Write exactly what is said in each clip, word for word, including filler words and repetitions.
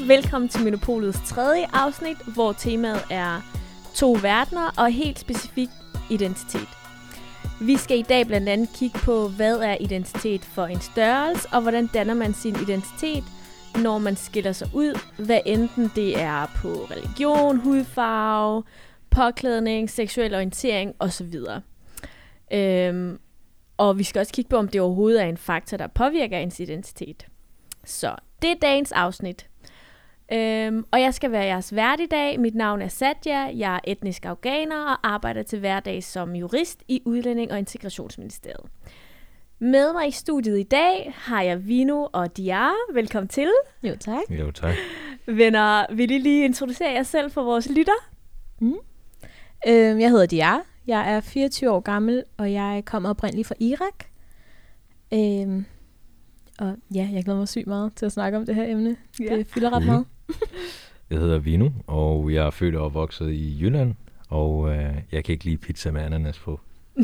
velkommen til Monopolets tredje afsnit, hvor temaet er to verdener og helt specifikt identitet. Vi skal i dag blandt andet kigge på, hvad er identitet for en størrelse, og hvordan danner man sin identitet, når man skiller sig ud, hvad enten det er på religion, hudfarve, påklædning, seksuel orientering osv. Øhm, og vi skal også kigge på, om det overhovedet er en faktor, der påvirker ens identitet. Så det er dagens afsnit. Øhm, og jeg skal være jeres vært i dag. Mit navn er Satya, jeg er etnisk afghaner og arbejder til hverdag som jurist i Udlænding- og Integrationsministeriet. Med mig i studiet i dag har jeg Vino og Diar. Velkommen til. Jo, tak. Jo, tak. Venner, vil I lige introducere jer selv for vores lytter? Mm. Øhm, jeg hedder Diar. Jeg er fireogtyve år gammel, og jeg kommer oprindeligt fra Irak. Øhm, og ja, jeg glæder mig sygt meget til at snakke om det her emne. Ja. Det fylder ret Mhm. meget. Jeg hedder Vino, og jeg er født og opvokset i Jylland, og øh, jeg kan ikke lide pizza med ananas på.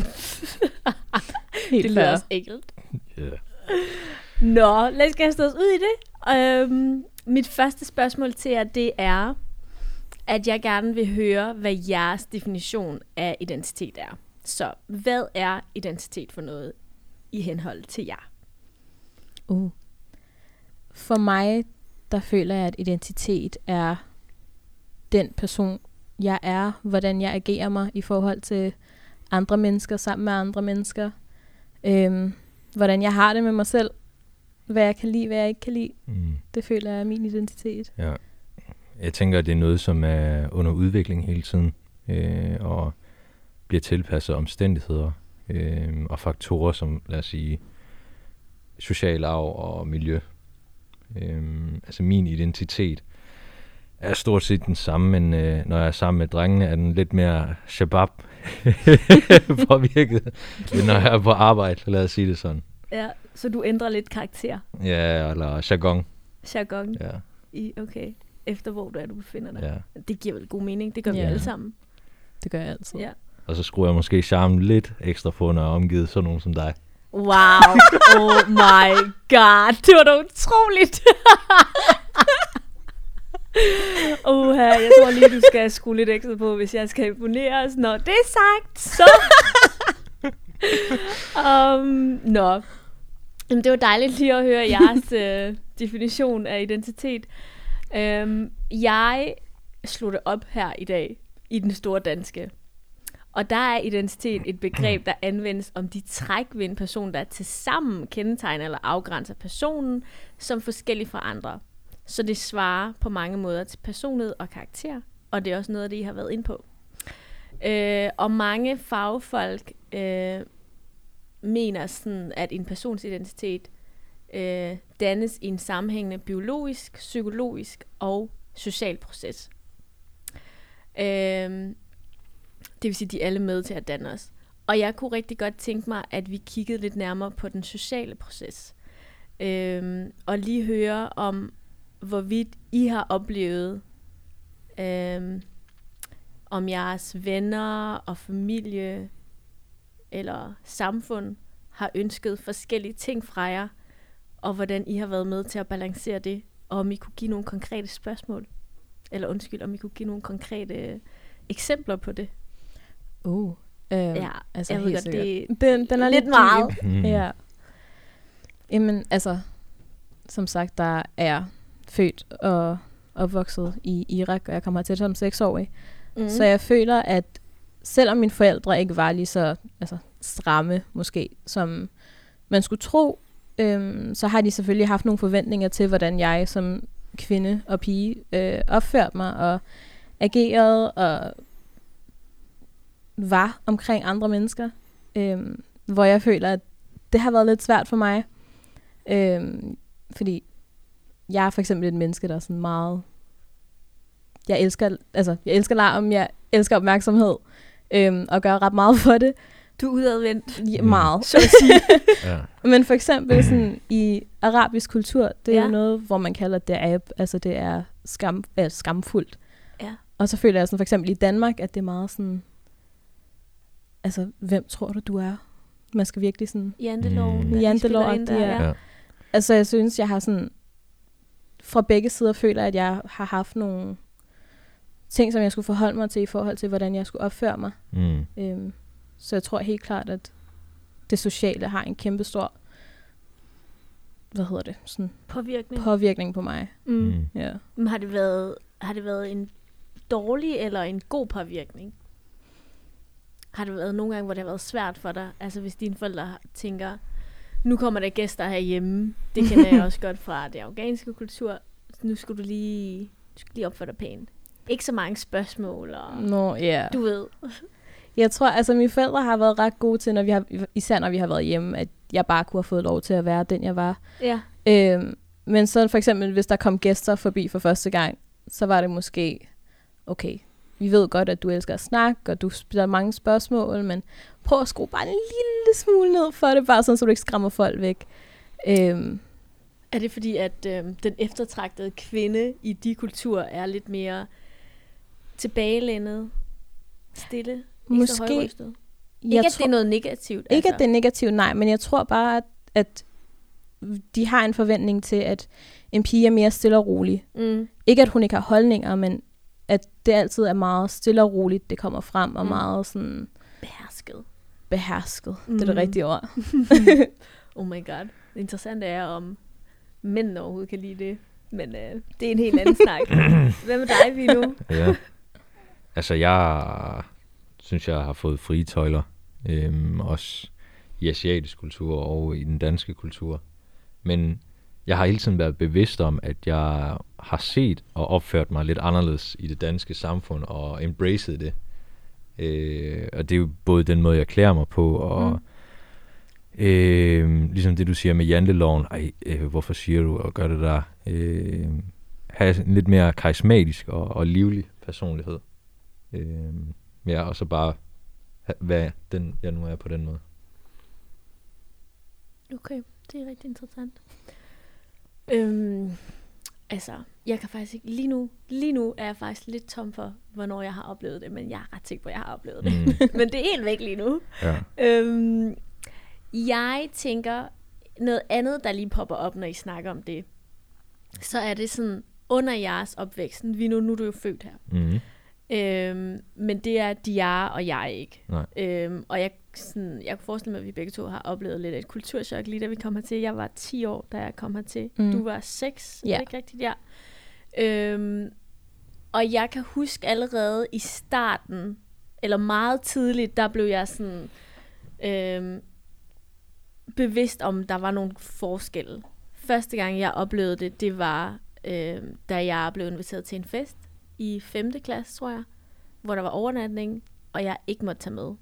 Helt Det lyder fair. også enkelt. Yeah. Nå, lad os kaste os ud i det. Øhm, mit første spørgsmål til jer, det er, at jeg gerne vil høre, hvad jeres definition af identitet er. Så hvad er identitet for noget i henhold til jer? Uh. For mig, der føler jeg, at identitet er den person, jeg er, hvordan jeg agerer mig i forhold til andre mennesker, sammen med andre mennesker. Øhm, hvordan jeg har det med mig selv, hvad jeg kan lide, hvad jeg ikke kan lide. Mm. Det føler jeg er min identitet. Ja. Jeg tænker, at det er noget, som er under udvikling hele tiden, øh, og bliver tilpasset omstændigheder øh, og faktorer som, lad os sige, social arv og miljø. Øh, altså min identitet er stort set den samme, men øh, når jeg er sammen med drengene, er den lidt mere shabab påvirket, end når jeg er på arbejde, lad os sige det sådan. Ja, så du ændrer lidt karakter, Ja, eller jargon. jargon, Ja, i, okay, efter hvor du er, du befinder dig. ja. Det giver vel god mening, det gør vi Ja. alle sammen. Det gør jeg altid. Ja. Og så skruer jeg måske charmen lidt ekstra på, når jeg er omgivet sådan nogen som dig. Wow, oh my god, det var da utroligt. Uha, jeg tror lige, du skal skrue lidt ekstra på, hvis jeg skal imponeres. Nå, det er sagt, så. um, nå, Jamen, det var dejligt lige at høre jeres øh, definition af identitet. Um, jeg slog det op her i dag i Den Store Danske. Og der er identitet et begreb, der anvendes om de træk ved en person, der tilsammen kendetegner eller afgrænser personen som forskellig fra andre. Så det svarer på mange måder til personlighed og karakter, og det er også noget af det, I har været inde på. Øh, og mange fagfolk øh, mener sådan, at en persons identitet øh, dannes i en sammenhængende biologisk, psykologisk og social proces. Øh, Det vil sige, at de er alle med til at danne os. Og jeg kunne rigtig godt tænke mig, at vi kiggede lidt nærmere på den sociale proces. Øhm, og lige høre om, hvorvidt I har oplevet, øhm, om jeres venner og familie eller samfund har ønsket forskellige ting fra jer, og hvordan I har været med til at balancere det, og om I kunne give nogle konkrete spørgsmål. Eller undskyld, om I kunne give nogle konkrete eksempler på det. Uh, øh, Ja, altså jeg ved helt godt, sikkert. det Den, den er lidt lidt meget. dyb. Mm. Ja. Jamen, altså, som sagt, der er jeg født og opvokset i Irak, og jeg kom hertil som seksårig. Mm. Så jeg føler, at selvom mine forældre ikke var lige så altså, stramme, måske, som man skulle tro, øhm, så har de selvfølgelig haft nogle forventninger til, hvordan jeg som kvinde og pige øh, opførte mig og agerede og var omkring andre mennesker, øhm, hvor jeg føler, at det har været lidt svært for mig. Øhm, fordi jeg er for eksempel et menneske, der er sådan meget... Jeg elsker, altså, jeg elsker larm, jeg elsker opmærksomhed, øhm, og gør ret meget for det. Du er udadvendt. Ja, meget. Så at sige. Ja. Men for eksempel sådan, i arabisk kultur, det er Ja. jo noget, hvor man kalder det ab, altså det er skam, øh, skamfuldt. Ja. Og så føler jeg sådan, for eksempel i Danmark, at det er meget sådan, altså, hvem tror du, du er? Man skal virkelig sådan... Janteloven. Mm. at de Jantelov, spiller ind der, ja. Ja. Altså, jeg synes, jeg har sådan fra begge sider føler, at jeg har haft nogle ting, som jeg skulle forholde mig til i forhold til, hvordan jeg skulle opføre mig. Mm. Øhm, så jeg tror helt klart, at det sociale har en kæmpe stor, hvad hedder det, sådan Påvirkning. påvirkning på mig. Mm. Mm. Ja. Men har det været, har det været en dårlig eller en god påvirkning? Har det været nogle gange, hvor det har været svært for dig? Altså hvis dine forældre tænker, nu kommer der gæster herhjemme. Det kender jeg også godt fra det afghanske kultur. Nu skal du lige, du skal lige opføre dig pænt. Ikke så mange spørgsmål, og Nå, ja. du ved. Jeg tror, altså mine forældre har været ret gode til, når vi har, især når vi har været hjemme, at jeg bare kunne have fået lov til at være den, jeg var. Ja. Øhm, men så for eksempel, hvis der kom gæster forbi for første gang, så var det måske, okay, vi ved godt, at du elsker at snakke, og du stiller mange spørgsmål, men prøv at skrue bare en lille smule ned for det, bare sådan, så du ikke skræmmer folk væk. Øhm, Er det fordi, at øh, den eftertragtede kvinde i de kulturer er lidt mere tilbagelænet, stille, ikke Måske. så højrystet? jeg Ikke, at tror, det er noget negativt. ikke altså. at det er negativt, nej, men jeg tror bare, at, at de har en forventning til, at en pige er mere stille og rolig. Mm. Ikke at hun ikke har holdninger, men at det altid er meget stille og roligt, det kommer frem, og Mm. meget sådan Behersket. behersket. Mm. Det er det rigtige ord. Oh my god. Det interessante er, om mænd overhovedet kan lide det. Men øh, det er en helt anden snak. Hvad med dig, Vilo? Ja. Altså, jeg synes, jeg har fået frie tøjler. Øhm, også i asiatisk kultur og i den danske kultur. Men jeg har hele tiden været bevidst om, at jeg har set og opført mig lidt anderledes i det danske samfund og embraced det. Øh, og det er jo både den måde, jeg klæder mig på, og mm. øh, ligesom det, du siger med janteloven. Ej, øh, hvorfor siger du og gør det der? Øh, have en lidt mere karismatisk og, og livlig personlighed. Øh, ja, og så bare være den, jeg nu er på den måde. Okay, det er rigtig interessant. Øhm, altså, jeg kan faktisk ikke, lige nu, lige nu er jeg faktisk lidt tom for, hvornår jeg har oplevet det, men jeg er ret sikker på, at jeg har oplevet det. Mm. Men det er helt væk lige nu. Ja. Øhm, jeg tænker, noget andet, der lige popper op, når I snakker om det, så er det sådan, under jeres opvækst, vi nu, nu er du jo født her, Mm. Øhm, men det er Diara og jeg ikke. Nej. Øhm, og jeg, sådan, jeg kunne forestille mig, at vi begge to har oplevet lidt af et kulturschok, lige da vi kom hertil. Jeg var ti år, da jeg kom hertil. Mm. Du var seks, Ja. er det ikke rigtigt? Ja. Øhm, og jeg kan huske allerede i starten, eller meget tidligt, der blev jeg sådan øhm, bevidst om, der var nogle forskelle. Første gang, jeg oplevede det, det var, øhm, da jeg blev inviteret til en fest i femte klasse, tror jeg, hvor der var overnatning, og jeg ikke måtte tage med.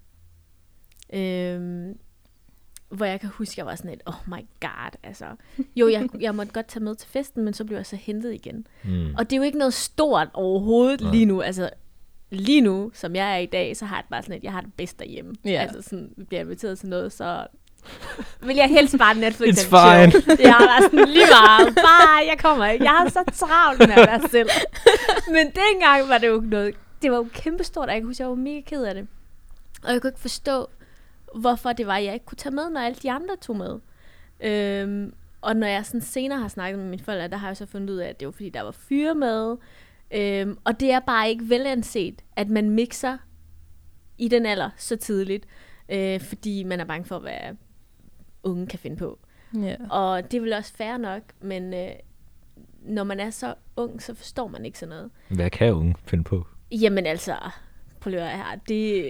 Øhm, hvor jeg kan huske, jeg var sådan et, oh my god, altså. Jo, jeg, jeg måtte godt tage med til festen, men så blev jeg så hentet igen. Mm. Og det er jo ikke noget stort overhovedet Nej. lige nu. Altså, lige nu, som jeg er i dag, så har jeg bare sådan et, jeg har det bedst derhjemme. Ja. Altså sådan, vi bliver inviteret til noget, så vil jeg helst bare Netflix It's and chill. Jeg har været sådan lige meget. Bare, jeg kommer ikke. Jeg har så travlt med at være selv. Men dengang var det jo noget, det var jo kæmpestort, og jeg kan huske, jeg var mega ked af det. Og jeg kunne ikke forstå, hvorfor det var, jeg ikke kunne tage med, når alle de andre tog med. Øhm, og når jeg sådan senere har snakket med mine forældre, der har jeg så fundet ud af, at det var fordi, der var fyre med. Øhm, og det er bare ikke velanset, at man mixer i den alder så tidligt. Øh, fordi man er bange for, hvad unge kan finde på. Ja. Og det er vel også fair nok, men øh, når man er så ung, så forstår man ikke sådan noget. Hvad kan unge finde på? Jamen altså, prøv lige at høre her, det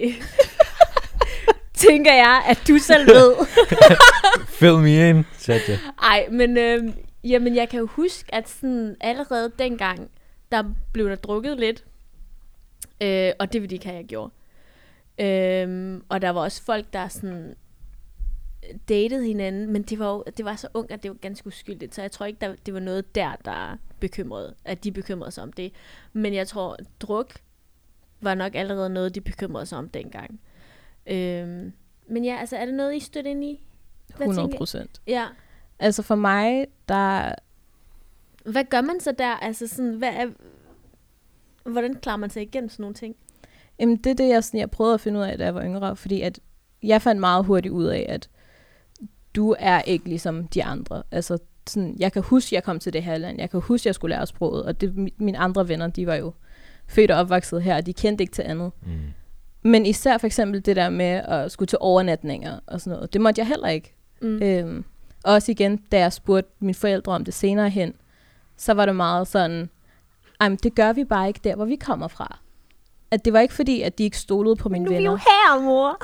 tænker jeg, at du selv ved. Fill me in, sagde jeg. Ej, men øh, jamen, jeg kan jo huske, at sådan, allerede dengang, der blev der drukket lidt. Øh, og det vil de ikke have, jeg gjorde. Øh, og der var også folk, der sådan datede hinanden, men det var jo, det var så ung, at det var ganske uskyldigt, så jeg tror ikke, der, det var noget der, der bekymrede, at de bekymrede sig om det. Men jeg tror, druk var nok allerede noget, de bekymrede sig om dengang. Øhm, men ja, altså, er det noget, I støtter ind i? Hvad hundrede tænker I? procent. Ja. Altså for mig, der... Hvad gør man så der? Altså sådan, hvad er, hvordan klarer man sig igennem sådan nogle ting? Jamen, det er det, jeg, sådan, jeg prøvede at finde ud af, da jeg var yngre, fordi at jeg fandt meget hurtigt ud af, at du er ikke ligesom de andre. Altså, sådan, jeg kan huske, jeg kom til det her land. Jeg kan huske, jeg skulle lære sproget. Og det, mine andre venner, de var jo født og opvokset her, og de kendte ikke til andet. Mm. Men især for eksempel det der med at skulle til overnatninger og sådan noget, det måtte jeg heller ikke. Mm. Øhm, også igen, da jeg spurgte mine forældre om det senere hen, så var det meget sådan, ej, men det gør vi bare ikke der, hvor vi kommer fra. At det var ikke fordi, at de ikke stolede på mine venner. Nu er vi jo her, mor!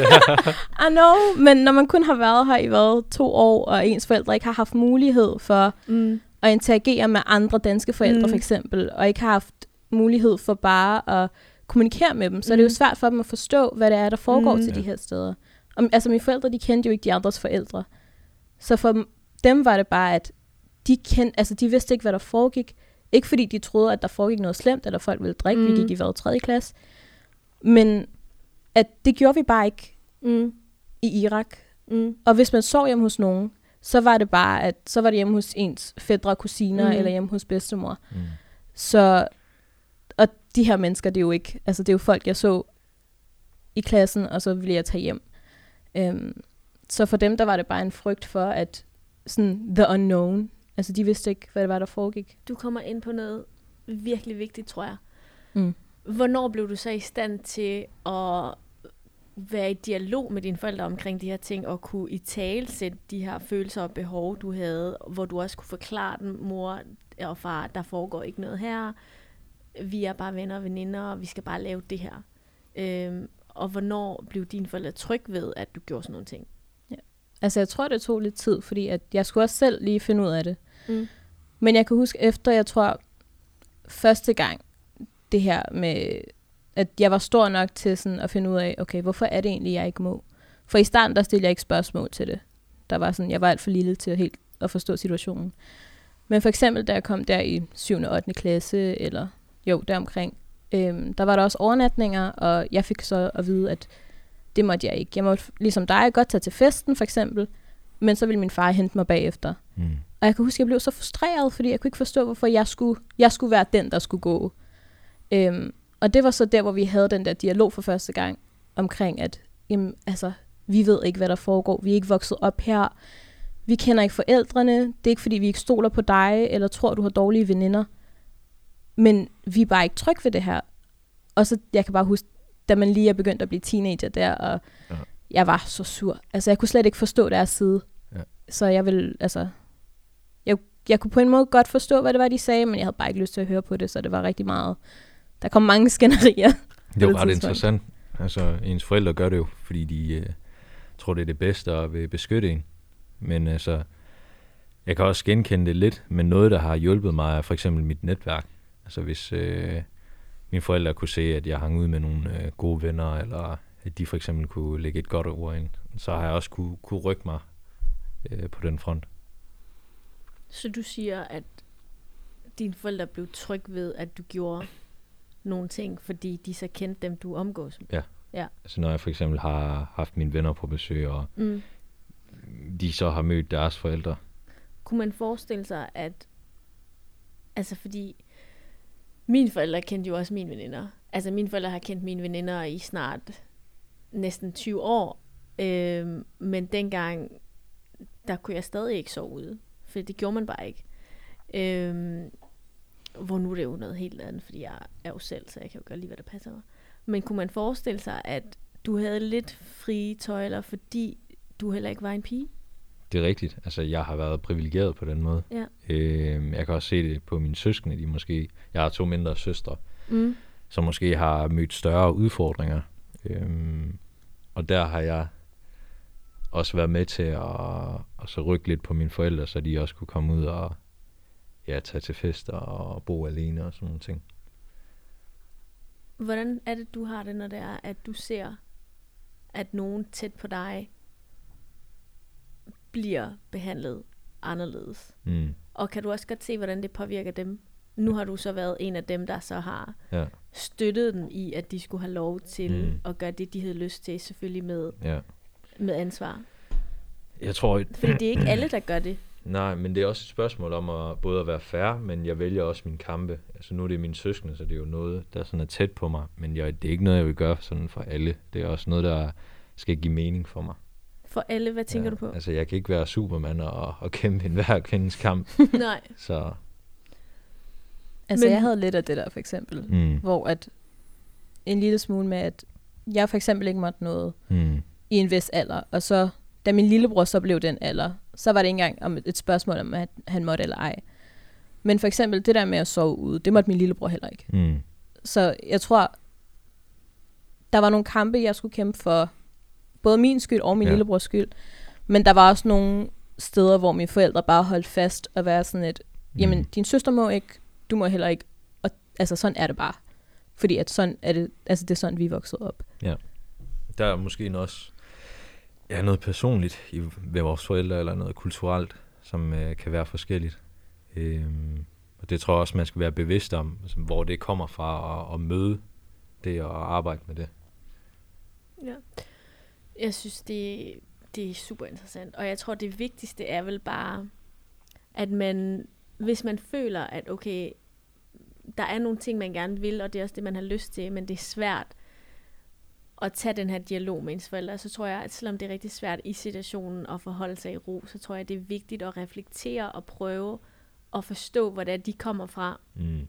I know, men når man kun har været her i hvad, to år, og ens forældre ikke har haft mulighed for mm. at interagere med andre danske forældre mm. for eksempel, og ikke har haft mulighed for bare at kommunikere med dem, så mm. er det jo svært for dem at forstå, hvad det er, der foregår mm. til de her steder. Og, altså mine forældre, de kendte jo ikke de andres forældre. Så for dem var det bare, at de, kendte, altså, de vidste ikke, hvad der foregik. Ikke fordi de troede, at der foregik noget slemt, eller folk ville drikke. Mm. Vi gik i hvad, tredje klasse. Men at det gjorde vi bare ikke mm. i Irak. Mm. Og hvis man sov hjemme hos nogen, så var det bare, at så var det hjemme hos ens fædre og kusiner, mm. eller hjemme hos bedstemor. Mm. Så, og de her mennesker, det er jo ikke, altså det er jo folk, jeg så i klassen, og så ville jeg tage hjem. Um, så for dem, der var det bare en frygt for, at sådan the unknown, altså de vidste ikke, hvad det var, der foregik. Du kommer ind på noget virkelig vigtigt, tror jeg. Mm. Hvornår blev du så i stand til at være i dialog med dine forældre omkring de her ting, og kunne italesætte de her følelser og behov, du havde, hvor du også kunne forklare dem, mor og far, der foregår ikke noget her, vi er bare venner og veninder, og vi skal bare lave det her. Øhm, og hvornår blev dine forældre tryg ved, at du gjorde sådan nogle ting? Ja. Altså jeg tror, det tog lidt tid, fordi at jeg skulle også selv lige finde ud af det. Mm. Men jeg kan huske efter, jeg tror, første gang, det her med, at jeg var stor nok til sådan at finde ud af, okay, hvorfor er det egentlig, jeg ikke må? For i starten, der stillede jeg ikke spørgsmål til det. Der var sådan, jeg var alt for lille til at helt at forstå situationen. Men for eksempel, da jeg kom der i syvende og ottende klasse, eller jo, deromkring, øhm, der var der også overnatninger, og jeg fik så at vide, at det måtte jeg ikke. Jeg måtte, ligesom dig, godt tage til festen, for eksempel, men så ville min far hente mig bagefter. Mm. Og jeg kan huske, at jeg blev så frustreret, fordi jeg kunne ikke forstå, hvorfor jeg skulle, jeg skulle være den, der skulle gå. Øhm, og det var så der, hvor vi havde den der dialog for første gang, omkring at, jamen, altså, vi ved ikke, hvad der foregår. Vi er ikke vokset op her. Vi kender ikke forældrene. Det er ikke, fordi vi ikke stoler på dig, eller tror, du har dårlige veninder. Men vi er bare ikke trygge ved det her. Og så, jeg kan bare huske, da man lige er begyndt at blive teenager der, og ja. Jeg var så sur. Altså, jeg kunne slet ikke forstå deres side. Ja. Så jeg ville, altså... Jeg, jeg kunne på en måde godt forstå, hvad det var, de sagde, men jeg havde bare ikke lyst til at høre på det, så det var rigtig meget... Der kom mange skænderier. Det var ret interessant. Altså, ens forældre gør det jo, fordi de øh, tror, det er det bedste og vil beskytte en. Men altså, jeg kan også genkende det lidt, men noget, der har hjulpet mig, er for eksempel mit netværk. Altså, hvis øh, mine forældre kunne se, at jeg hang ud med nogle øh, gode venner, eller at de for eksempel kunne lægge et godt ord ind, så har jeg også kunne, kunne rykke mig øh, på den front. Så du siger, at dine forældre blev tryg ved, at du gjorde nogle ting, fordi de så kendte dem, du omgås med? Ja. Ja. Altså når jeg for eksempel har haft mine venner på besøg, og mm. de så har mødt deres forældre. Kunne man forestille sig, at... Altså fordi... Mine forældre kendte jo også mine veninder. Altså mine forældre har kendt mine veninder i snart næsten tyve år. Øhm, men dengang, der kunne jeg stadig ikke sove ude. For det gjorde man bare ikke. Øhm, hvor nu er det jo noget helt andet, fordi jeg er jo selv, så jeg kan jo gøre lige, hvad der passer mig. Men kunne man forestille sig, at du havde lidt frie tøjler, fordi du heller ikke var en pige? Det er rigtigt. Altså, jeg har været privilegeret på den måde. Ja. Øhm, jeg kan også se det på mine søskende. De måske, jeg har to mindre søstre, mm. som måske har mødt større udfordringer. Øhm, og der har jeg også været med til at, at så rykke lidt på mine forældre, så de også kunne komme ud og ja, tage til fester og bo alene og sådan nogle ting. Hvordan er det, du har det, når det er, at du ser, at nogen tæt på dig bliver behandlet anderledes? Mm. Og kan du også godt se, hvordan det påvirker dem? Nu har du så været en af dem, der så har ja. støttet dem i, at de skulle have lov til mm. at gøre det, de havde lyst til, selvfølgelig med, ja. med ansvar. Jeg tror... Fordi det er ikke alle, der gør det. Nej, men det er også et spørgsmål om at både at være fair, men jeg vælger også mine kampe. Altså nu er det mine søskende, så det er jo noget, der sådan er tæt på mig. Men jeg, det er ikke noget, jeg vil gøre sådan for alle. Det er også noget, der skal give mening for mig. For alle, hvad tænker ja, du på? Altså, jeg kan ikke være Superman og, og kæmpe en hver kvindens kamp. Nej. Så. Altså, Men- jeg havde lidt af det der, for eksempel. Mm. Hvor at en lille smule med, at jeg for eksempel ikke måtte noget Mm. i en vis alder. Og så, da min lillebror så blev den alder, så var det ikke engang om et spørgsmål om, at han måtte eller ej. Men for eksempel det der med at sove ude, det måtte min lillebror heller ikke. Mm. Så jeg tror, der var nogle kampe, jeg skulle kæmpe for, både min skyld og min Ja. ja. lillebrors skyld. Men der var også nogle steder, hvor mine forældre bare holdt fast og var sådan et, jamen, Mm. din søster må ikke, du må heller ikke. Og altså, sådan er det bare. Fordi at sådan er det, altså det er sådan, vi er vokset op. Der er måske også ja, noget personligt i, ved vores forældre, eller noget kulturelt, som øh, kan være forskelligt. Øhm, og det tror jeg også, man skal være bevidst om, altså, hvor det kommer fra, og, og møde det og arbejde med det. Ja. Jeg synes, det, det er super interessant. Og jeg tror, det vigtigste er vel bare, at man, hvis man føler, at okay, der er nogle ting, man gerne vil, og det er også det, man har lyst til, men det er svært at tage den her dialog med ens forældre, så tror jeg, at selvom det er rigtig svært i situationen at forholde sig i ro, så tror jeg, det er vigtigt at reflektere og prøve at forstå, hvor det er, de kommer fra. Mm.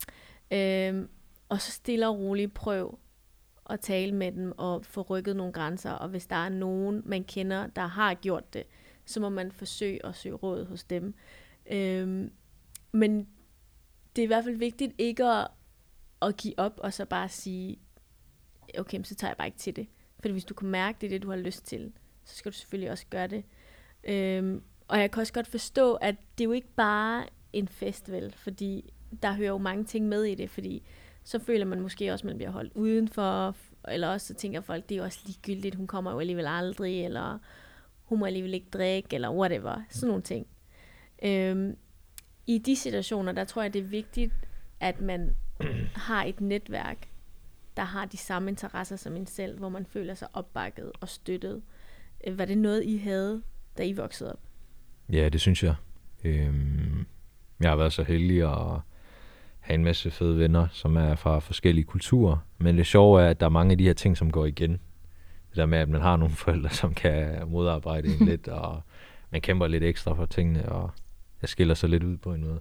Øhm, og så stille og roligt prøv at tale med dem og få rykket nogle grænser. Og hvis der er nogen, man kender, der har gjort det, så må man forsøge at søge råd hos dem. Øhm, men det er i hvert fald vigtigt ikke at, at give op og så bare sige, okay, så tager jeg bare ikke til det. For hvis du kan mærke, det er det, du har lyst til, så skal du selvfølgelig også gøre det. Øhm, og jeg kan også godt forstå, at det er jo ikke bare en festival, fordi der hører jo mange ting med i det, fordi så føler man måske også, at man bliver holdt udenfor, eller også så tænker folk, det er jo også ligegyldigt, hun kommer jo alligevel aldrig, eller hun må alligevel ikke drikke, eller whatever, sådan nogle ting. Øhm, I de situationer, der tror jeg, det er vigtigt, at man har et netværk, der har de samme interesser som en selv, hvor man føler sig opbakket og støttet. Øh, var det noget, I havde, da I voksede op? Ja, det synes jeg. Øhm, jeg har været så heldig at have en masse fede venner, som er fra forskellige kulturer. Men det sjove er, at der er mange af de her ting, som går igen. Det der med, at man har nogle forældre, som kan modarbejde en lidt, og man kæmper lidt ekstra for tingene, og jeg skiller sig lidt ud på en måde.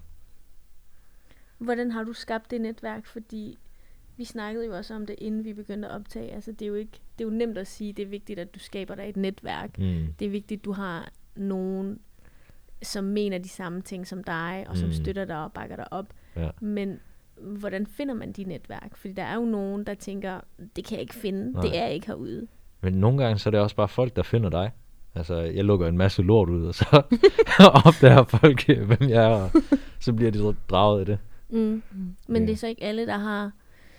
Hvordan har du skabt det netværk? Fordi vi snakkede jo også om det, inden vi begyndte at optage. Altså, det er jo ikke, det er jo nemt at sige, det er vigtigt, at du skaber dig et netværk. Mm. Det er vigtigt, at du har nogen, som mener de samme ting som dig, og som Mm. støtter dig og bakker dig op. Ja. Men hvordan finder man de netværk? Fordi der er jo nogen, der tænker, det kan jeg ikke finde, Nej. det er jeg ikke herude. Men nogle gange, så er det også bare folk, der finder dig. Altså, jeg lukker en masse lort ud, og så opdager folk, hvem jeg er, og så bliver de draget i det. Mm. Men Ja. det er så ikke alle, der har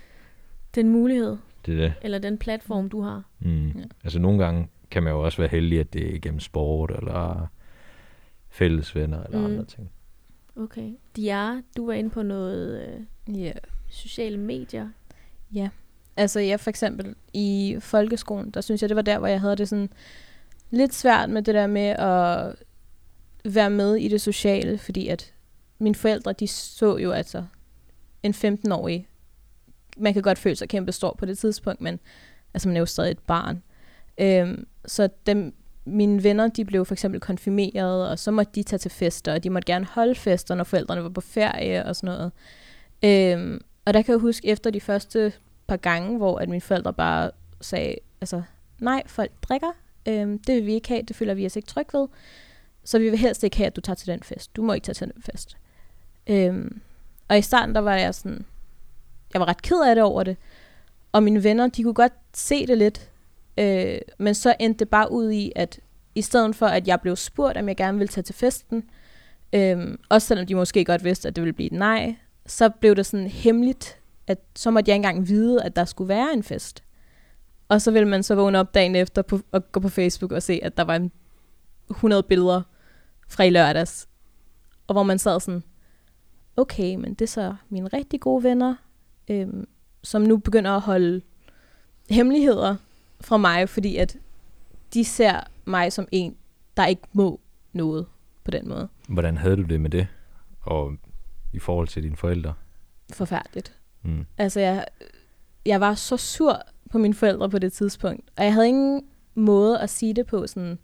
den mulighed, Det er det. eller den platform, du har. Mm. Ja. Altså, nogle gange kan man jo også være heldig, at det er gennem sport, eller fællesvenner, eller Mm. andre ting. Okay. Diara, du var inde på noget øh, Ja. sociale medier. Ja. Altså, jeg for eksempel i folkeskolen, der synes jeg, det var der, hvor jeg havde det sådan lidt svært med det der med at være med i det sociale, fordi at mine forældre, de så jo altså en femten-årig, man kan godt føle sig kæmpe stor på det tidspunkt, men altså man er jo stadig et barn. Øhm, så dem, mine venner, de blev for eksempel konfirmeret, og så måtte de tage til fester, og de måtte gerne holde fester, når forældrene var på ferie og sådan noget. Øhm, og der kan jeg huske, efter de første par gange, hvor at mine forældre bare sagde, altså, nej, folk drikker, øhm, det vil vi ikke have, det føler vi os ikke tryg ved, så vi vil helst ikke have, at du tager til den fest. Du må ikke tage til den fest. Øhm, og i starten, der var jeg sådan, jeg var ret ked af det over det, og mine venner, de kunne godt se det lidt, øh, men så endte det bare ud i, at i stedet for, at jeg blev spurgt, om jeg gerne ville tage til festen, øh, også selvom de måske godt vidste, at det ville blive et nej, så blev det sådan hemmeligt, at så måtte jeg ikke engang vide, at der skulle være en fest. Og så ville man så vågne op dagen efter på, og gå på Facebook og se, at der var hundrede billeder fra i lørdags, og hvor man sad sådan, okay, men det er så mine rigtig gode venner, øhm, som nu begynder at holde hemmeligheder fra mig, fordi at de ser mig som en, der ikke må noget på den måde. Hvordan havde du det med det, og i forhold til dine forældre? Forfærdeligt. Mm. Altså, jeg, jeg var så sur på mine forældre på det tidspunkt, og jeg havde ingen måde at sige det på, sådan,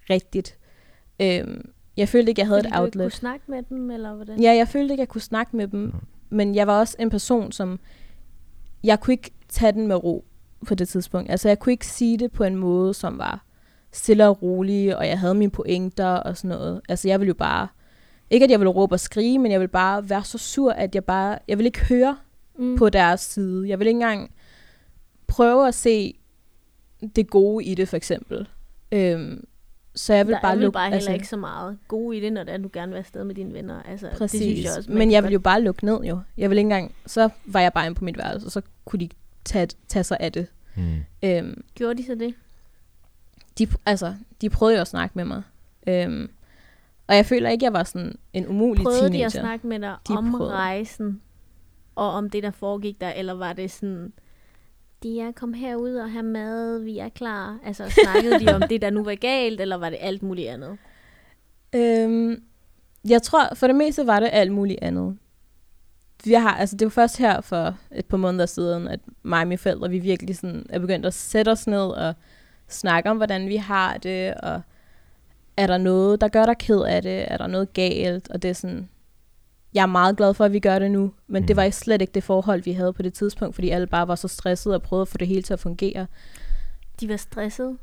rigtigt. Øhm, jeg følte ikke, jeg havde Fordi et du outlet. ikke kunne snakke med dem, eller hvordan? Ja, jeg følte ikke, jeg kunne snakke med dem. Mm. Men jeg var også en person, som... Jeg kunne ikke tage den med ro på det tidspunkt. Altså, jeg kunne ikke sige det på en måde, som var stille og rolig, og jeg havde mine pointer og sådan noget. Altså, jeg ville jo bare... Ikke, at jeg ville råbe og skrige, men jeg ville bare være så sur, at jeg bare... Jeg ville ikke høre mm. på deres side. Jeg ville ikke engang prøve at se det gode i det, for eksempel. Øhm, så jeg ville der bare er vel lukke... bare heller altså, ikke så meget gode i det, når det er, du gerne vil afsted med dine venner. Altså, præcis. Det synes jeg også, men jeg ville jo bare lukke ned, jo. Jeg ville ikke engang... Så var jeg bare inde på mit værelse, og så kunne de tage, tage sig af det. Mm. Øhm, Gjorde de så det? de, altså, de prøvede jo at snakke med mig. Øhm, og jeg føler ikke, jeg var sådan en umulig Prøvede teenager. de at snakke med dig De om prøvede. rejsen, og om det, der foregik der, eller var det sådan, de er kom herud og have mad, vi er klar? Altså, snakkede de om det, der nu var galt, eller var det alt muligt andet? Øhm, jeg tror, for det meste var det alt muligt andet. Vi har, altså, det var først her for et par måneder siden, at mig og mine forældre, vi virkelig sådan er begyndt at sætte os ned og snakke om, hvordan vi har det, og er der noget, der gør dig ked af det? Er der noget galt? Og det er sådan, jeg er meget glad for, at vi gør det nu, men mm. det var slet ikke det forhold, vi havde på det tidspunkt, fordi alle bare var så stressede og prøvede at få det hele til at fungere. De var stressede?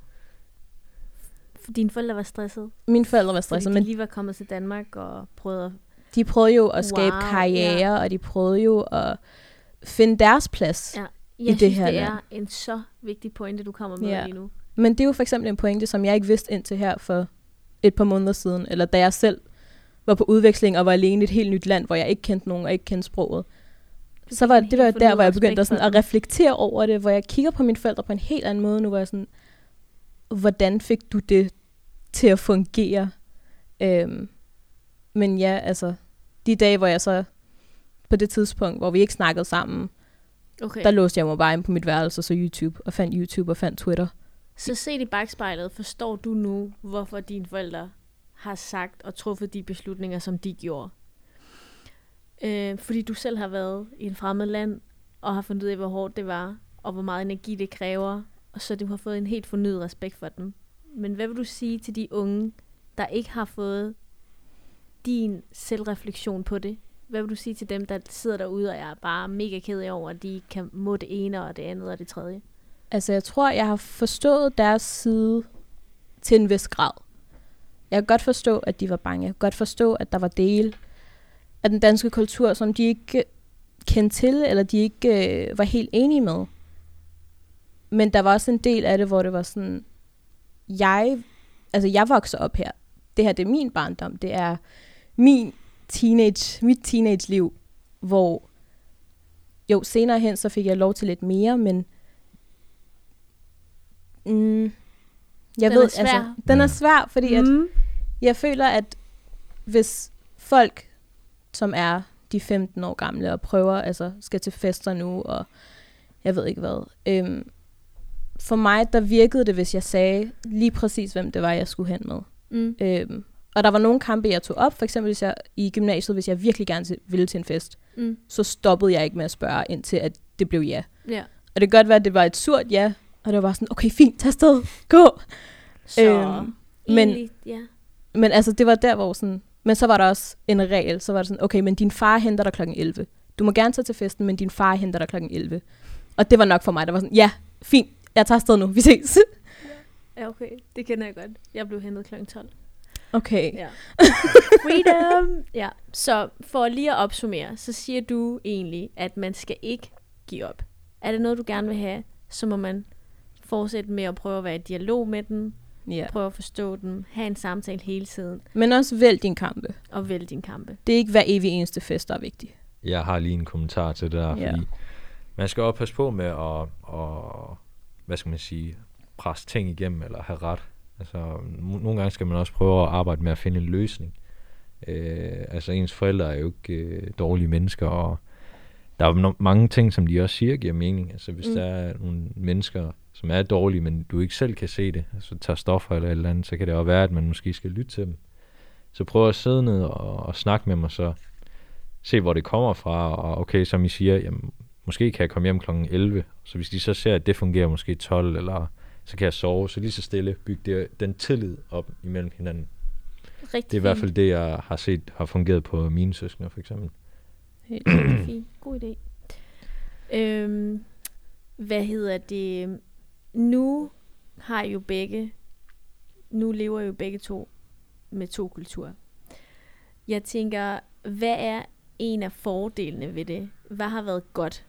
Dine forældre var stressede? Mine forældre var stressede, fordi de men lige var kommet til Danmark og prøvede at... de prøvede jo at skabe Wow, karriere, ja. og de prøvede jo at finde deres plads. Ja. Jeg I synes, det her det land. er en så vigtig pointe, du kommer med Ja. lige nu. Men det er jo for eksempel en pointe, som jeg ikke vidste indtil her for et par måneder siden, eller da jeg selv var på udveksling og var alene i et helt nyt land, hvor jeg ikke kendte nogen og ikke kendte sproget. Så var en det var helt der, hvor fornyet jeg begyndte at, respekt sådan, for at reflektere over det, hvor jeg kigger på mine forældre på en helt anden måde nu, hvor jeg sådan, hvordan fik du det til at fungere? Øhm, men ja, altså, de dage, hvor jeg så, på det tidspunkt, hvor vi ikke snakkede sammen, Okay. der låste jeg mig bare ind på mit værelse, og så YouTube, og fandt YouTube og fandt Twitter. Så set i bagspejlet, forstår du nu, hvorfor dine forældre har sagt og truffet de beslutninger, som de gjorde? Øh, fordi du selv har været i en fremmed land, og har fundet ud af, hvor hårdt det var, og hvor meget energi det kræver, og så du har fået en helt fornyet respekt for dem. Men hvad vil du sige til de unge, der ikke har fået din selvreflektion på det? Hvad vil du sige til dem, der sidder derude og er bare mega ked over, at de kan må det ene og det andet og det tredje? Altså, jeg tror, jeg har forstået deres side til en vis grad. Jeg kan godt forstå, at de var bange. Jeg kan godt forstå, at der var dele af den danske kultur, som de ikke kendte til, eller de ikke øh, var helt enige med. Men der var også en del af det, hvor det var sådan, jeg, altså jeg voksede op her. Det her, det er min barndom. Det er min teenage, mit teenage-liv, hvor jo, senere hen, så fik jeg lov til lidt mere, men mm, jeg Den ved, er svær. altså, den er svær, fordi at Mm. jeg føler, at hvis folk, som er de femten år gamle og prøver, altså skal til fester nu, og jeg ved ikke hvad, øhm, for mig, der virkede det, hvis jeg sagde lige præcis, hvem det var, jeg skulle hen med. Mm. Øhm, og der var nogle kampe, jeg tog op, for eksempel hvis jeg, i gymnasiet, hvis jeg virkelig gerne til, ville til en fest, Mm. så stoppede jeg ikke med at spørge, indtil at det blev ja. Ja. Og det kan godt være, at det var et surt ja, og det var sådan, okay, fint, tag afsted, gå. Så Øhm, men- egentlig, ja. Men altså, det var der, hvor sådan... Men så var der også en regel. Så var det sådan, okay, men din far henter dig klokken elleve. Du må gerne tage til festen, men din far henter dig klokken elleve. Og det var nok for mig. Der var sådan, ja, fint, jeg tager afsted nu, vi ses. Ja, okay. Det kender jeg godt. Jeg blev hentet klokken tolv. Okay. Ja. Freedom! Ja, så for lige at opsummere, så siger du egentlig, at man skal ikke give op. Er det noget, du gerne vil have, så må man fortsætte med at prøve at være i dialog med den, Ja. prøve at forstå den, have en samtale hele tiden, Men også vælg din kampe. og vælge din kampe. Det er ikke hver evig eneste fest, der er vigtig. Jeg har lige en kommentar til det der, Ja. fordi man skal også passe på med at, at, hvad skal man sige, presse ting igennem eller have ret. Altså, no- nogle gange skal man også prøve at arbejde med at finde en løsning. Øh, altså, ens forældre er jo ikke øh, dårlige mennesker, og der er no- mange ting, som de også siger, giver mening. Altså, hvis Mm. der er nogle mennesker, som er dårlige, men du ikke selv kan se det, altså tager stoffer eller et eller andet, så kan det også være, at man måske skal lytte til dem. Så prøv at sidde ned og, og snakke med dem, og så se, hvor det kommer fra, og okay, som I siger, jamen, måske kan jeg komme hjem klokken elleve, så hvis de så ser, at det fungerer måske tolv, eller så kan jeg sove, så lige så stille bygge det, den tillid op imellem hinanden. Rigtig Det er i hvert fald det, jeg har set har fungeret på mine søskende, for eksempel. Helt rigtig fint. God idé. Øhm, hvad hedder det? Nu har jo begge, nu lever jo begge to med to kulturer. Jeg tænker, hvad er en af fordelene ved det? Hvad har været godt?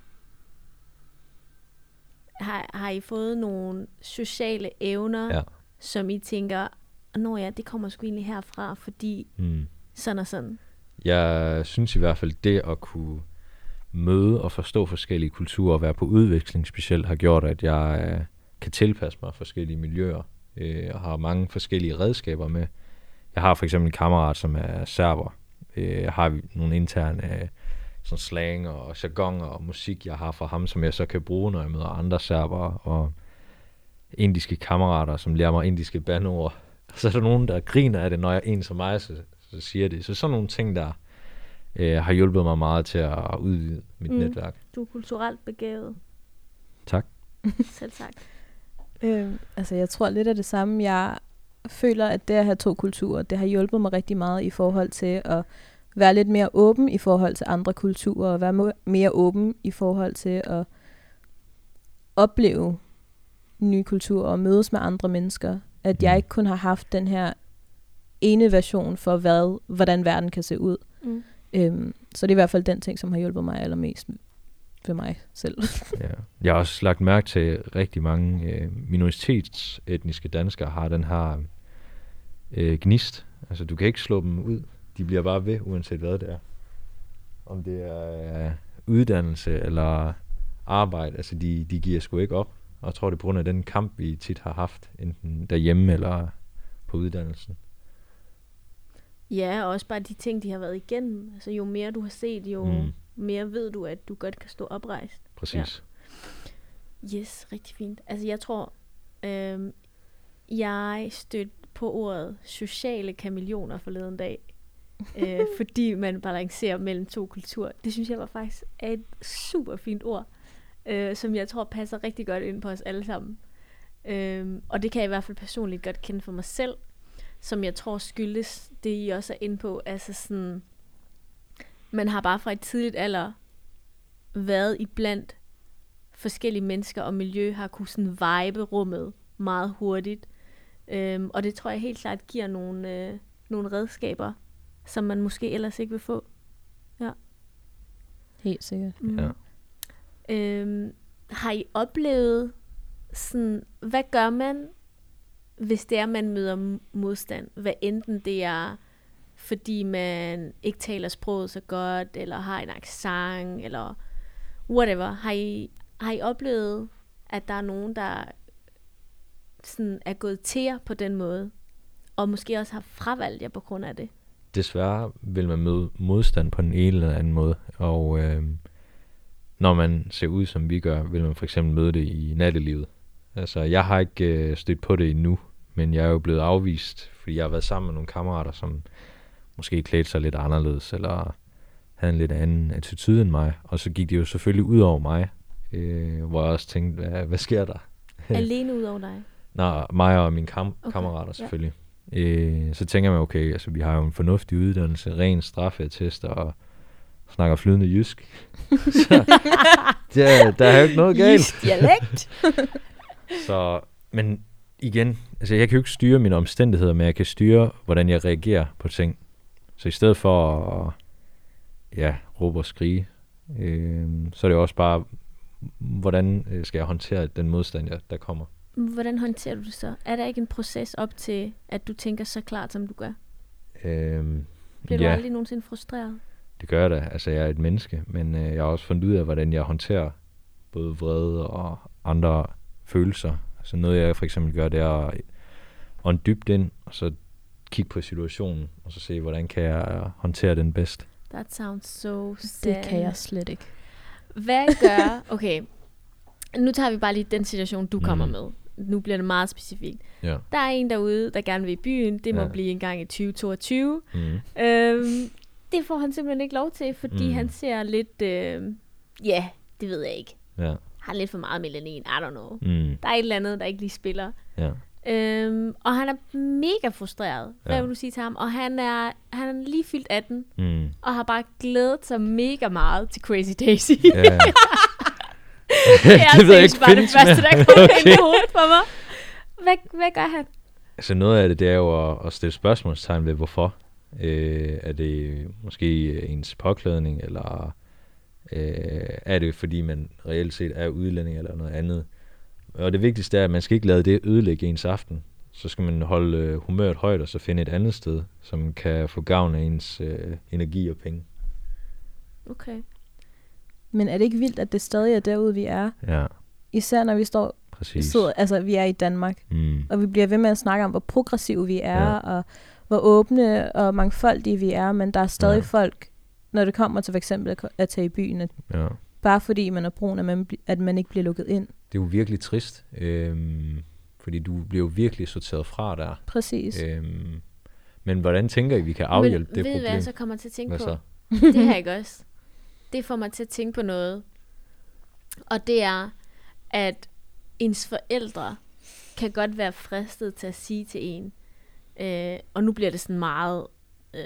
Har, har I fået nogle sociale evner, Ja. som I tænker, nå ja, det kommer sgu egentlig herfra, fordi Mm. sådan og sådan? Jeg synes i hvert fald, det at kunne møde og forstå forskellige kulturer og være på udveksling specielt, har gjort, at jeg øh, kan tilpasse mig forskellige miljøer. Øh, og har mange forskellige redskaber med. Jeg har for eksempel en kammerat, som er serber. Øh, jeg har nogle interne øh, sådan slang og jargon og musik, jeg har fra ham, som jeg så kan bruge, når jeg møder andre serbere. Og indiske kammerater, som lærer mig indiske bandord. Så er der nogen, der griner af det, når jeg en som mig, så, så siger det. Så sådan nogle ting, der øh, har hjulpet mig meget til at udvide mit Mm. netværk. Du er kulturelt begavet. Tak. Selv tak. Øhm, altså, jeg tror lidt af det samme. Jeg føler, at det at have to kulturer, det har hjulpet mig rigtig meget i forhold til at være lidt mere åben i forhold til andre kulturer, og være mo- mere åben i forhold til at opleve nye kulturer og mødes med andre mennesker. At jeg Mm. ikke kun har haft den her ene version for, hvad, hvordan verden kan se ud. Mm. Øhm, så det er i hvert fald den ting, som har hjulpet mig allermest ved mig selv. Ja. Jeg har også lagt mærke til, at rigtig mange øh, minoritetsetniske danskere har den her øh, gnist. Altså, du kan ikke slå dem ud. De bliver bare ved, uanset hvad det er. Om det er øh, uddannelse eller arbejde. Altså, de, de giver sgu ikke op. Og jeg tror, det er på grund af den kamp, vi tit har haft, enten derhjemme eller på uddannelsen. Ja, og også bare de ting, de har været igennem. Altså, jo mere du har set, jo mm. mere ved du, at du godt kan stå oprejst. Præcis. Ja. Yes, rigtig fint. Altså, jeg tror, øhm, jeg stødte på ordet sociale kameleoner forleden dag. øh, fordi man balancerer mellem to kulturer. Det synes jeg var faktisk er et super fint ord, øh, som jeg tror passer rigtig godt ind på os alle sammen. Øh, og det kan jeg i hvert fald personligt godt kende for mig selv, som jeg tror skyldes det, I også er inde på. Altså sådan, man har bare fra et tidligt alder været iblandt forskellige mennesker og miljø, har kunne sådan vibe rummet meget hurtigt. Øh, og det tror jeg helt klart giver nogle, øh, nogle redskaber, som man måske ellers ikke vil få. Ja. Helt sikkert. Mm. Ja. Øhm, har I oplevet sådan, hvad gør man, hvis det er, man møder modstand? Hvad enten det er, fordi man ikke taler sproget så godt, eller har en accent, eller whatever. Har I, har I oplevet, at der er nogen, der sådan er gået til jer på den måde, og måske også har fravalgt jer på grund af det? Desværre vil man møde modstand på den ene eller anden måde, og øh, når man ser ud, som vi gør, vil man for eksempel møde det i nattelivet. Altså, jeg har ikke øh, stødt på det endnu, men jeg er jo blevet afvist, fordi jeg har været sammen med nogle kammerater, som måske klædte sig lidt anderledes, eller havde en lidt anden attitude end mig, og så gik det jo selvfølgelig ud over mig, øh, hvor jeg også tænkte, hvad, hvad sker der? Alene ud over dig? Nej, mig og mine kam- Okay, kammerater selvfølgelig. Ja. Øh, så tænker man, okay, altså vi har jo en fornuftig uddannelse, ren straffeattester og snakker flydende jysk. Så der, der er jo ikke noget galt. Jysk dialekt. Så, men igen, altså jeg kan jo ikke styre mine omstændigheder, men jeg kan styre, hvordan jeg reagerer på ting. Så i stedet for at ja, råbe og skrige, øh, så er det jo også bare, hvordan skal jeg håndtere den modstand, jeg, der kommer. Hvordan håndterer du det så? Er der ikke en proces op til, at du tænker så klart, som du gør? Øhm, Bliver ja, du aldrig nogensinde frustreret? det gør jeg da. Altså, jeg er et menneske, men øh, jeg har også fundet ud af, hvordan jeg håndterer både vrede og andre følelser. Altså noget, jeg for eksempel gør, det er at ånde dybt ind, og så kigge på situationen, og så se, hvordan kan jeg håndtere den bedst. That sounds so sad. Det kan jeg slet ikke. Hvad gør... Okay, nu tager vi bare lige den situation, du kommer Mhm. med. Nu bliver det meget specifikt. Ja. Der er en derude, der gerne vil i byen. Det må Ja. blive en gang i tyve toogtyve. Mm. Øhm, det får han simpelthen ikke lov til, fordi Mm. han ser lidt... Øh, ja, det ved jeg ikke. Ja. har lidt for meget melanin, I don't know. Mm. Der er et eller andet, der ikke lige spiller. Ja. Øhm, og han er mega frustreret. Hvad Ja. vil du sige til ham? Og han er, han er lige fyldt atten, Mm. og har bare glædet sig mega meget til Crazy Daisy. Ja. det er det ved jeg altså ikke bare det findes, første, men- der kommer ind i Okay. hovedet for mig. Hvad, hvad gør han? Altså noget af det, det er jo at, at stille spørgsmålstegn ved, hvorfor. Øh, er det måske ens påklædning, eller øh, er det fordi, man reelt set er udlænding eller noget andet? Og det vigtigste er, at man skal ikke lade det ødelægge ens aften. Så skal man holde øh, humøret højt, og så finde et andet sted, som kan få gavn af ens øh, energi og penge. Okay. Men er det ikke vildt, at det stadig er derude, vi er? Ja, Især når vi står, præcis. sidder, altså vi er i Danmark, Mm. og vi bliver ved med at snakke om, hvor progressive vi er, Ja. og hvor åbne og mangfoldige vi er, men der er stadig Ja. ja. folk, når det kommer til for eksempel at, at tage i byen, at Ja. bare fordi man er brun, at man, bl- at man ikke bliver lukket ind. Det er jo virkelig trist, øhm, fordi du bliver jo virkelig sorteret fra der. Præcis. Øhm, men hvordan tænker I, vi kan afhjælpe Men det ved du, problem? hvad jeg så kommer til at tænke Hvad på? så? Det her ikke også. Det får mig til at tænke på noget. Og det er, at ens forældre kan godt være fristet til at sige til en, øh, og nu bliver det sådan meget øh,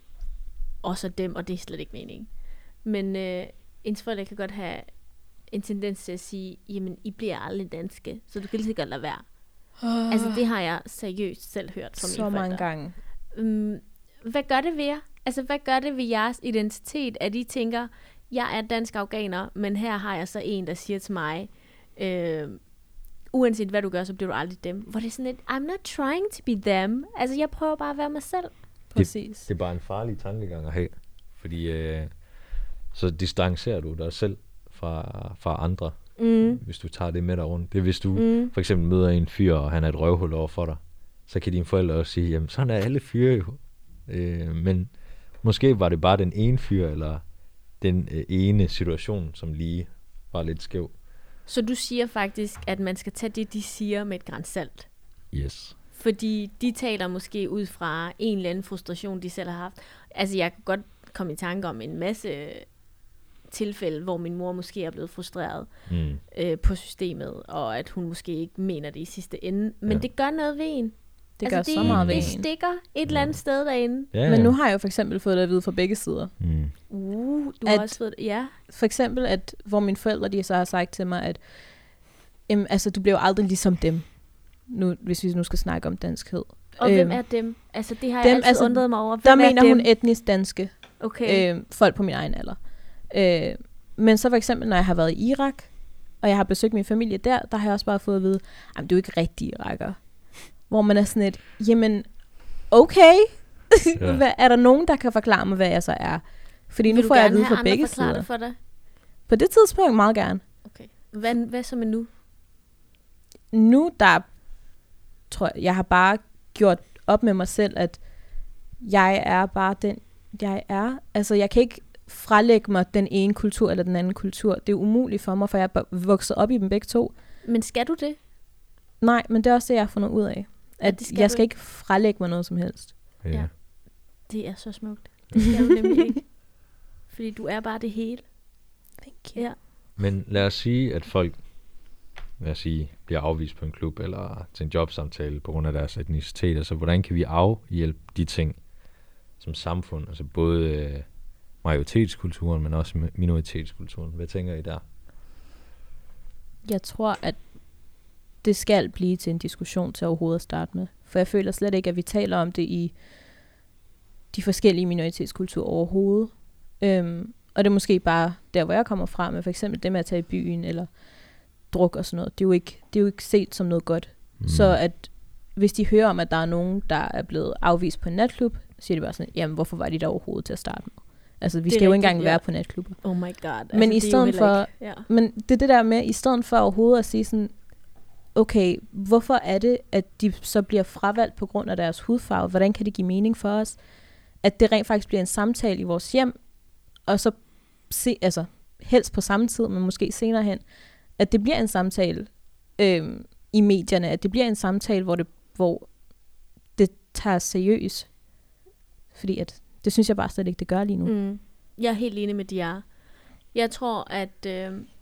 også af dem, og det er slet ikke meningen. Men øh, ens forældre kan godt have en tendens til at sige, jamen, I bliver aldrig danske, så du kan lige så godt lade være. Oh, Altså, det har jeg seriøst selv hørt fra så mine mange forældre. gange. Um, hvad gør det ved jer? Altså, hvad gør det ved jeres identitet, at I tænker, jeg er dansk afghaner, men her har jeg så en, der siger til mig, øh, uanset hvad du gør, så bliver du aldrig dem. Hvor det er sådan lidt, I'm not trying to be them. Altså, jeg prøver bare at være mig selv. Præcis. Det er bare en farlig tankegang at have, fordi øh, så distancerer du dig selv fra, fra andre, Mm. hvis du tager det med dig rundt. Det er, hvis du Mm. for eksempel møder en fyr, og han er et røvhul over for dig, så kan dine forældre også sige, jamen sådan er alle fyre jo. Øh, men måske var det bare den ene fyr, eller den øh, ene situation, som lige var lidt skæv. Så du siger faktisk, at man skal tage det, de siger med et gran salt. Yes. Fordi de taler måske ud fra en eller anden frustration, de selv har haft. Altså, jeg kan godt komme i tanke om en masse tilfælde, hvor min mor måske er blevet frustreret Mm. øh, på systemet, og at hun måske ikke mener det i sidste ende. Men Ja. det gør noget ved en. Det gør altså, så meget ved det en. stikker et eller andet sted derinde. Ja, Men ja. nu har jeg jo for eksempel fået det at vide fra begge sider. Mm. Uh, du At- har også fået det. Ja. For eksempel, at hvor mine forældre de så har sagt til mig, at em, altså, du bliver jo aldrig ligesom dem, nu, hvis vi nu skal snakke om danskhed. Og øhm, hvem Øhm, er dem? Altså, det har dem, jeg altid altså, undret mig over. Hvem Der er mener dem? hun etnisk danske. Okay. Øh, folk på min egen alder. Øh, men så for eksempel, når jeg har været i Irak, og jeg har besøgt min familie der, der har jeg også bare fået at vide, at du er ikke rigtig iraker. Hvor man er sådan et, jamen, okay. Ja. Hvad, er der nogen, der kan forklare mig, hvad jeg så er? Fordi Vil nu du får jeg at gerne vide have fra andre begge forklare sider. det for dig? På det tidspunkt meget gerne. Okay. Hvad, hvad så med nu? Nu der, tror jeg, jeg har bare gjort op med mig selv, at jeg er bare den, jeg er. Altså, jeg kan ikke frelægge mig den ene kultur eller den anden kultur. Det er umuligt for mig, for jeg er bare vokset op i dem begge to. Men skal du det? Nej, men det er også det, jeg har fundet ud af. At det skal jeg du skal ikke frelægge mig noget som helst. Ja. Ja. Det er så smukt. Det skal du nemlig ikke. Fordi du er bare det hele. Thank you. Ja. Men lad os sige, at folk lad os sige, bliver afvist på en klub eller til en jobsamtale på grund af deres etnicitet. Altså, hvordan kan vi afhjælpe de ting som samfund? Altså både øh, majoritetskulturen, men også minoritetskulturen. Hvad tænker I der? Jeg tror, at det skal blive til en diskussion til overhovedet at starte med. For jeg føler slet ikke, at vi taler om det i de forskellige minoritetskulturer overhovedet. Øhm, og det er måske bare der, hvor jeg kommer fra, med for eksempel det med at tage i byen, eller druk og sådan noget. Det er jo ikke, det er jo ikke set som noget godt. Mm. Så at hvis de hører om, at der er nogen, der er blevet afvist på en natklub, så siger de bare sådan, jamen hvorfor var de der overhovedet til at starte med? Altså vi Det er skal jo ikke rigtigt, engang ja. være på natklubber. Oh my god. Men altså, i det er jo stedet heller for- ikke- Ja. Men det er det der med, i stedet for overhovedet at sige sådan, okay, hvorfor er det, at de så bliver fravalgt på grund af deres hudfarve? Hvordan kan det give mening for os? At det rent faktisk bliver en samtale i vores hjem, og så se, altså helst på samme tid, men måske senere hen, at det bliver en samtale øhm, i medierne, at det bliver en samtale, hvor det, hvor det tager seriøst. Fordi at, det synes jeg bare slet ikke, det gør lige nu. Mm. Jeg er helt enig med Diara. Jeg tror, at øh,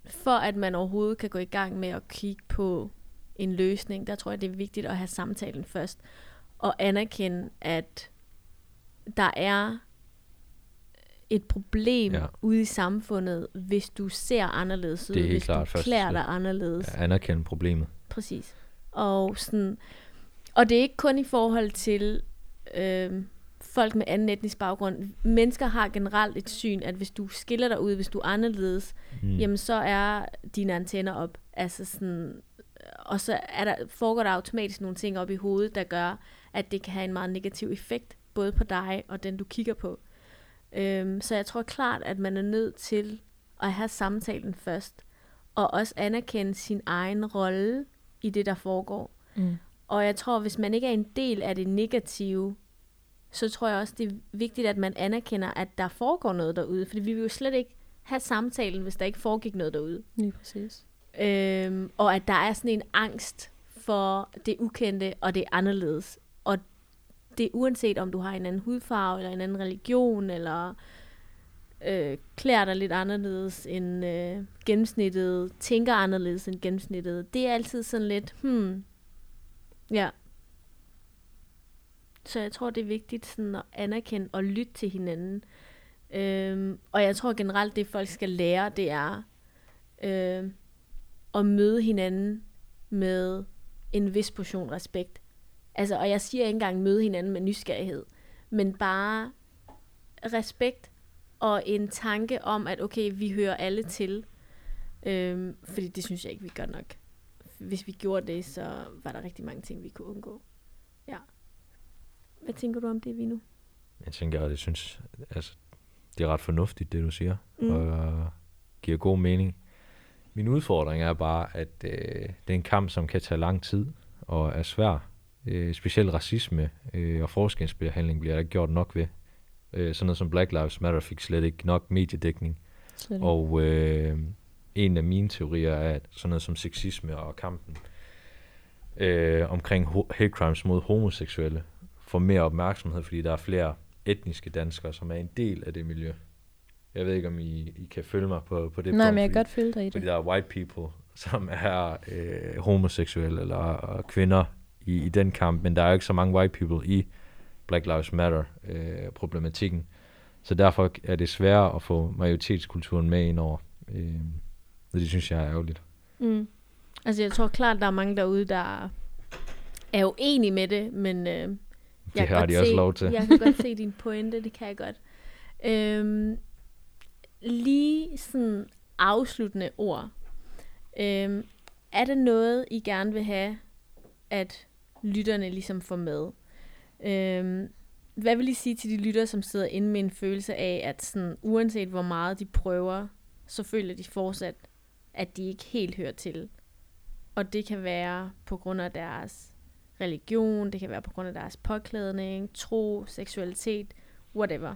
for at man overhovedet kan gå i gang med at kigge på en løsning, der tror jeg, det er vigtigt at have samtalen først, og anerkende, at der er et problem ja. ude i samfundet, hvis du ser anderledes ud, hvis du klæder dig anderledes. Ja, anerkende problemet. Præcis. Og, sådan, og det er ikke kun i forhold til øh, folk med anden etnisk baggrund. Mennesker har generelt et syn, at hvis du skiller dig ud, hvis du er anderledes, mm. jamen så er dine antenner op. Altså sådan, og så er der, foregår der automatisk nogle ting op i hovedet, der gør, at det kan have en meget negativ effekt, både på dig og den, du kigger på. Øhm, så jeg tror klart, at man er nødt til at have samtalen først, og også anerkende sin egen rolle i det, der foregår. Mm. Og jeg tror, hvis man ikke er en del af det negative, så tror jeg også, det er vigtigt, at man anerkender, at der foregår noget derude. Fordi vi vil jo slet ikke have samtalen, hvis der ikke foregik noget derude. Lige præcis. Øhm, og at der er sådan en angst for det ukendte og det anderledes. Og det er uanset om du har en anden hudfarve, eller en anden religion, eller øh, klæder dig lidt anderledes end øh, gennemsnittet, tænker anderledes end gennemsnittet. Det er altid sådan lidt, hmm, ja. Så jeg tror, det er vigtigt sådan at anerkende og lytte til hinanden. Øhm, og jeg tror generelt, det folk skal lære, det er øh, at møde hinanden med en vis portion respekt. Altså, og jeg siger ikke engang møde hinanden med nysgerrighed, men bare respekt og en tanke om, at okay, vi hører alle til. Øhm, fordi det synes jeg ikke, vi gør nok. Hvis vi gjorde det, så var der rigtig mange ting, vi kunne undgå. Ja. Hvad tænker du om det, Vino? Jeg tænker, at jeg synes, altså, det er ret fornuftigt, det du siger, mm. og giver god mening. Min udfordring er bare, at øh, det er en kamp, som kan tage lang tid og er svær. Øh, specielt racisme øh, og forskelsbehandling bliver der ikke gjort nok ved. Øh, sådan noget som Black Lives Matter fik slet ikke nok mediedækning. Slet ikke. Og øh, en af mine teorier er, at sådan noget som sexisme og kampen øh, omkring ho- hate crimes mod homoseksuelle får mere opmærksomhed, fordi der er flere etniske danskere, som er en del af det miljø. Jeg ved ikke, om I, I kan følge mig på, på det. Nej, punkt, men jeg kan godt følge dig i det. Fordi der er white people, som er øh, homoseksuelle eller og kvinder i, i den kamp, men der er jo ikke så mange white people i Black Lives Matter-problematikken. Øh, så derfor er det sværere at få majoritetskulturen med ind over. Øh, og det synes jeg er ærgerligt. Mm. Altså jeg tror klart, der er mange derude, der er uenige med det, men øh, det jeg har de også se, lov til. Jeg kan godt se din pointe, det kan jeg godt. Øhm, lige sådan afsluttende ord. Øhm, er det noget, I gerne vil have, at lytterne ligesom får med? Øhm, hvad vil I sige til de lyttere, som sidder inde med en følelse af, at sådan, uanset hvor meget de prøver, så føler de fortsat, at de ikke helt hører til? Og det kan være på grund af deres religion, det kan være på grund af deres påklædning, tro, seksualitet, whatever.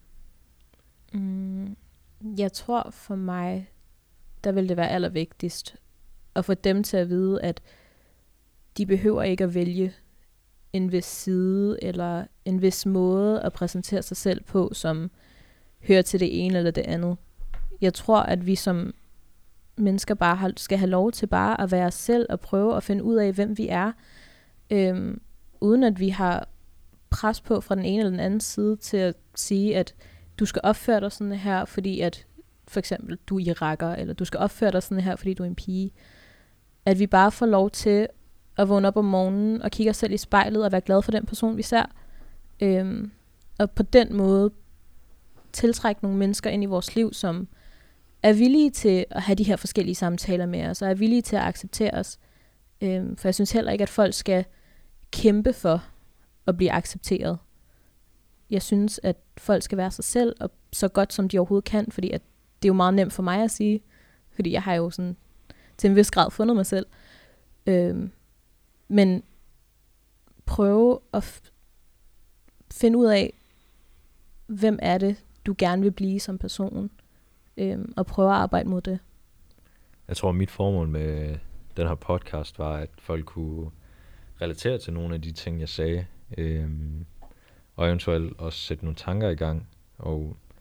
Mm, jeg tror for mig, der vil det være allervigtigst at få dem til at vide, at de behøver ikke at vælge en vis side eller en vis måde at præsentere sig selv på, som hører til det ene eller det andet. Jeg tror, at vi som mennesker bare har, skal have lov til bare at være os selv og prøve at finde ud af, hvem vi er, øhm, uden at vi har pres på fra den ene eller den anden side til at sige, at du skal opføre dig sådan her, fordi at for eksempel du er iraker, eller du skal opføre dig sådan her, fordi du er en pige. At vi bare får lov til at vågne op om morgenen og kigge os selv i spejlet og være glade for den person, vi ser. Øhm, og på den måde tiltrække nogle mennesker ind i vores liv, som er villige til at have de her forskellige samtaler med os, og er villige til at acceptere os. Øhm, for jeg synes heller ikke, at folk skal kæmpe for at blive accepteret. Jeg synes, at folk skal være sig selv, og så godt som de overhovedet kan, fordi at det er jo meget nemt for mig at sige, fordi jeg har jo sådan til en vis grad fundet mig selv. Øhm, men prøve at f- finde ud af, hvem er det, du gerne vil blive som person, øhm, og prøve at arbejde mod det. Jeg tror, mit formål med den her podcast var, at folk kunne relatere til nogle af de ting, jeg sagde, øhm, og eventuelt også sætte nogle tanker i gang. Og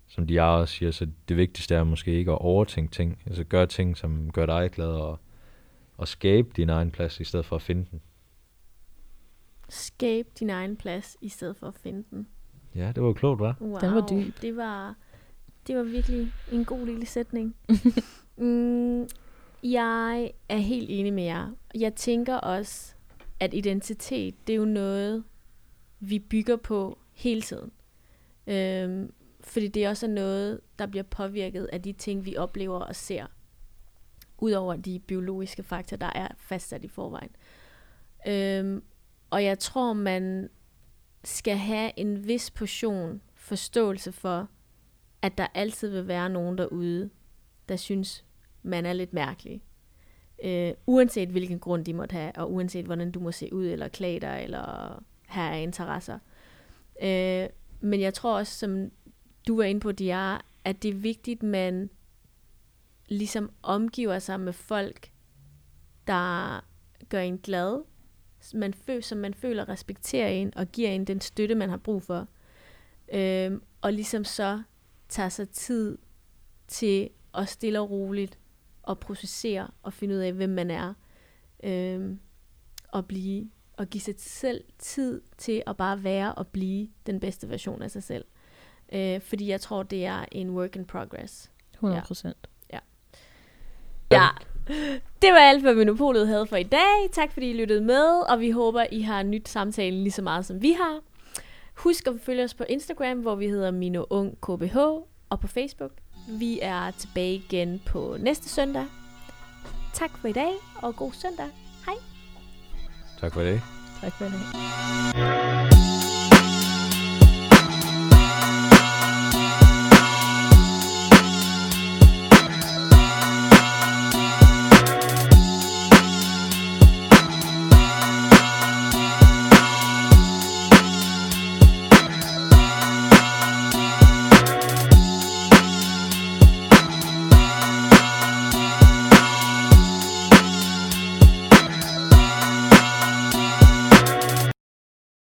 som de også siger, så det vigtigste er måske ikke at overtænke ting. Altså gøre ting, som gør dig glad, og, og skabe din egen plads, i stedet for at finde den. Skabe din egen plads, i stedet for at finde den. Ja, det var klogt, hva'? Wow, Den var dyb. Det var, det var virkelig en god lille sætning. mm, jeg er helt enig med jer. Jeg tænker også, at identitet, det er jo noget, vi bygger på hele tiden. Øhm, fordi det også er noget, der bliver påvirket af de ting, vi oplever og ser. Udover de biologiske faktorer, der er fastsat i forvejen. Øhm, og jeg tror, man skal have en vis portion forståelse for, at der altid vil være nogen derude, der synes, man er lidt mærkelig. Øh, uanset hvilken grund de måtte have, og uanset hvordan du må se ud, eller klæde dig, eller have af interesser. Øh, men jeg tror også, som du var inde på, Diara, at det er vigtigt, man ligesom omgiver sig med folk, der gør en glad, man føler, som man føler respekterer en, og giver en den støtte, man har brug for. Øh, og ligesom så tager sig tid til at stille og roligt og processere og finde ud af, hvem man er. Øh, og blive og give sig selv tid til at bare være og blive den bedste version af sig selv. Øh, fordi jeg tror, det er en work in progress. hundrede procent. Ja. Ja. Det var alt, hvad Monopolet havde for i dag. Tak fordi I lyttede med, og vi håber, I har nyt samtalen lige så meget, som vi har. Husk at følge os på Instagram, hvor vi hedder minoung punktum k b h, og på Facebook. Vi er tilbage igen på næste søndag. Tak for i dag, og god søndag. Hej. Tak for det. Tak for det.